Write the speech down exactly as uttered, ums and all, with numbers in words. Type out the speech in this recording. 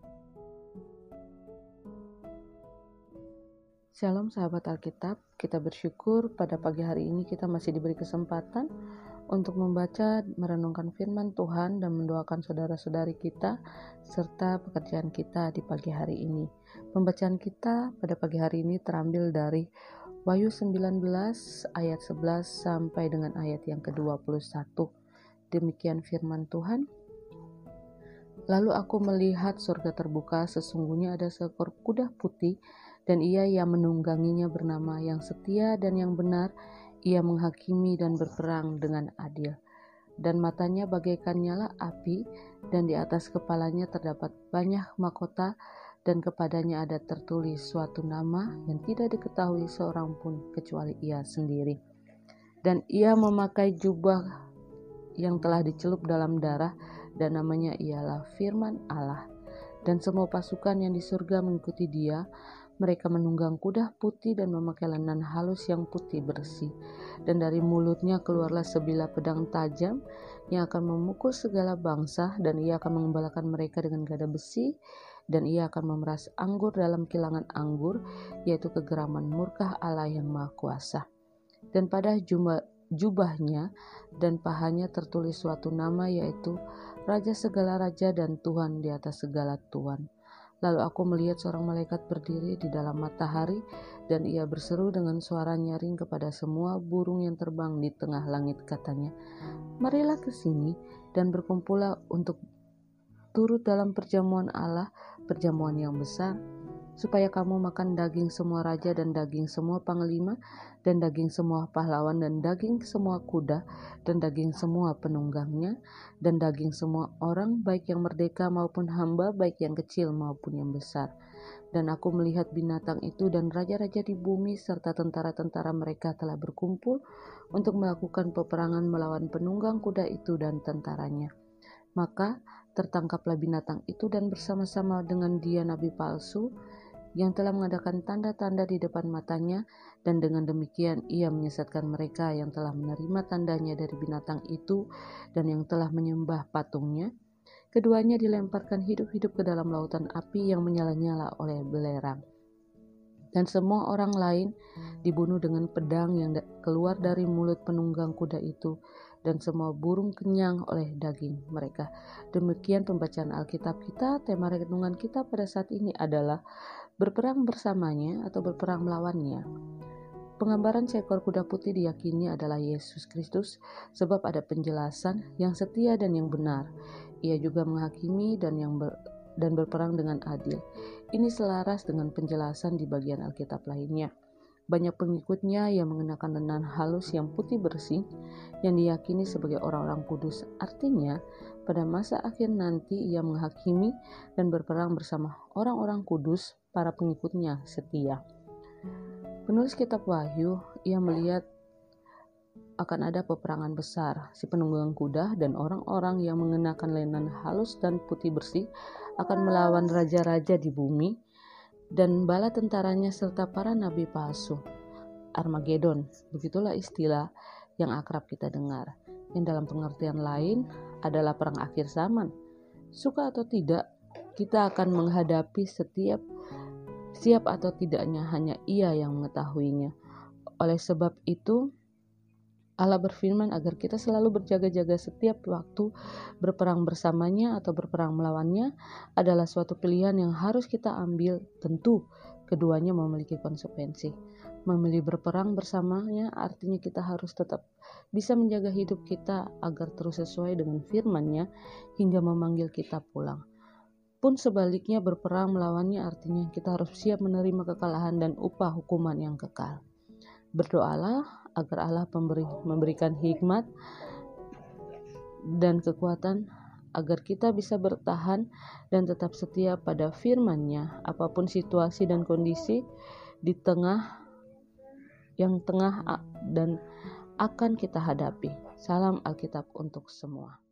Shalom sahabat Alkitab, kita bersyukur pada pagi hari ini kita masih diberi kesempatan untuk membaca, merenungkan firman Tuhan dan mendoakan saudara-saudari kita serta pekerjaan kita di pagi hari ini. Pembacaan kita pada pagi hari ini terambil dari Wahyu sembilan belas ayat sebelas sampai dengan ayat yang ke dua puluh satu. Demikian firman Tuhan. Lalu aku melihat surga terbuka, sesungguhnya ada seekor kuda putih, dan ia yang menungganginya bernama Yang Setia dan Yang Benar. Ia menghakimi dan berperang dengan adil. Dan matanya bagaikan nyala api, dan di atas kepalanya terdapat banyak mahkota, dan kepadanya ada tertulis suatu nama yang tidak diketahui seorang pun kecuali ia sendiri. Dan ia memakai jubah yang telah dicelup dalam darah, dan namanya ialah Firman Allah. Dan semua pasukan yang di surga mengikuti dia. Mereka menunggang kuda putih dan memakai lenan halus yang putih bersih. Dan dari mulutnya keluarlah sebilah pedang tajam yang akan memukul segala bangsa, dan ia akan mengembalakan mereka dengan gada besi, dan ia akan memeras anggur dalam kilangan anggur, yaitu kegeraman murka Allah yang Maha Kuasa. Dan pada jubahnya dan pahanya tertulis suatu nama, yaitu Raja segala raja dan Tuhan di atas segala Tuhan. Lalu aku melihat seorang malaikat berdiri di dalam matahari, dan ia berseru dengan suara nyaring kepada semua burung yang terbang di tengah langit, katanya, marilah ke sini dan berkumpullah untuk turut dalam perjamuan Allah, perjamuan yang besar, supaya kamu makan daging semua raja dan daging semua panglima dan daging semua pahlawan dan daging semua kuda dan daging semua penunggangnya dan daging semua orang, baik yang merdeka maupun hamba, baik yang kecil maupun yang besar. Dan aku melihat binatang itu dan raja-raja di bumi serta tentara-tentara mereka telah berkumpul untuk melakukan peperangan melawan penunggang kuda itu dan tentaranya. Maka tertangkaplah binatang itu dan bersama-sama dengan dia nabi palsu yang telah mengadakan tanda-tanda di depan matanya, dan dengan demikian ia menyesatkan mereka yang telah menerima tandanya dari binatang itu dan yang telah menyembah patungnya. Keduanya dilemparkan hidup-hidup ke dalam lautan api yang menyala-nyala oleh belerang. Dan semua orang lain dibunuh dengan pedang yang keluar dari mulut penunggang kuda itu, dan semua burung kenyang oleh daging mereka. Demikian pembacaan Alkitab kita. Tema renungan kita pada saat ini adalah berperang bersamanya atau berperang melawannya. Penggambaran seekor kuda putih diyakini adalah Yesus Kristus, sebab ada penjelasan yang setia dan yang benar. Ia juga menghakimi dan yang ber, dan berperang dengan adil. Ini selaras dengan penjelasan di bagian Alkitab lainnya. Banyak pengikutnya yang mengenakan lenan halus yang putih bersih, yang diyakini sebagai orang-orang kudus. Artinya, pada masa akhir nanti ia menghakimi dan berperang bersama orang-orang kudus, para pengikutnya setia. Penulis kitab Wahyu, ia melihat akan ada peperangan besar. Si penunggang kuda dan orang-orang yang mengenakan lenan halus dan putih bersih akan melawan raja-raja di bumi dan bala tentaranya serta para nabi palsu. Armageddon, begitulah istilah yang akrab kita dengar, yang dalam pengertian lain adalah perang akhir zaman. Suka atau tidak, kita akan menghadapi setiap siap atau tidaknya hanya Ia yang mengetahuinya. Oleh sebab itu, Allah berfirman agar kita selalu berjaga-jaga setiap waktu. Berperang bersamanya atau berperang melawannya adalah suatu pilihan yang harus kita ambil. Tentu, keduanya memiliki konsekuensi. Memilih berperang bersamanya artinya kita harus tetap bisa menjaga hidup kita agar terus sesuai dengan firman-Nya hingga memanggil kita pulang. Pun sebaliknya, berperang melawannya artinya kita harus siap menerima kekalahan dan upah hukuman yang kekal. Berdoalah agar Allah pemberi, memberikan hikmat dan kekuatan agar kita bisa bertahan dan tetap setia pada firman-Nya apapun situasi dan kondisi di tengah yang tengah dan akan kita hadapi. Salam Alkitab untuk semua.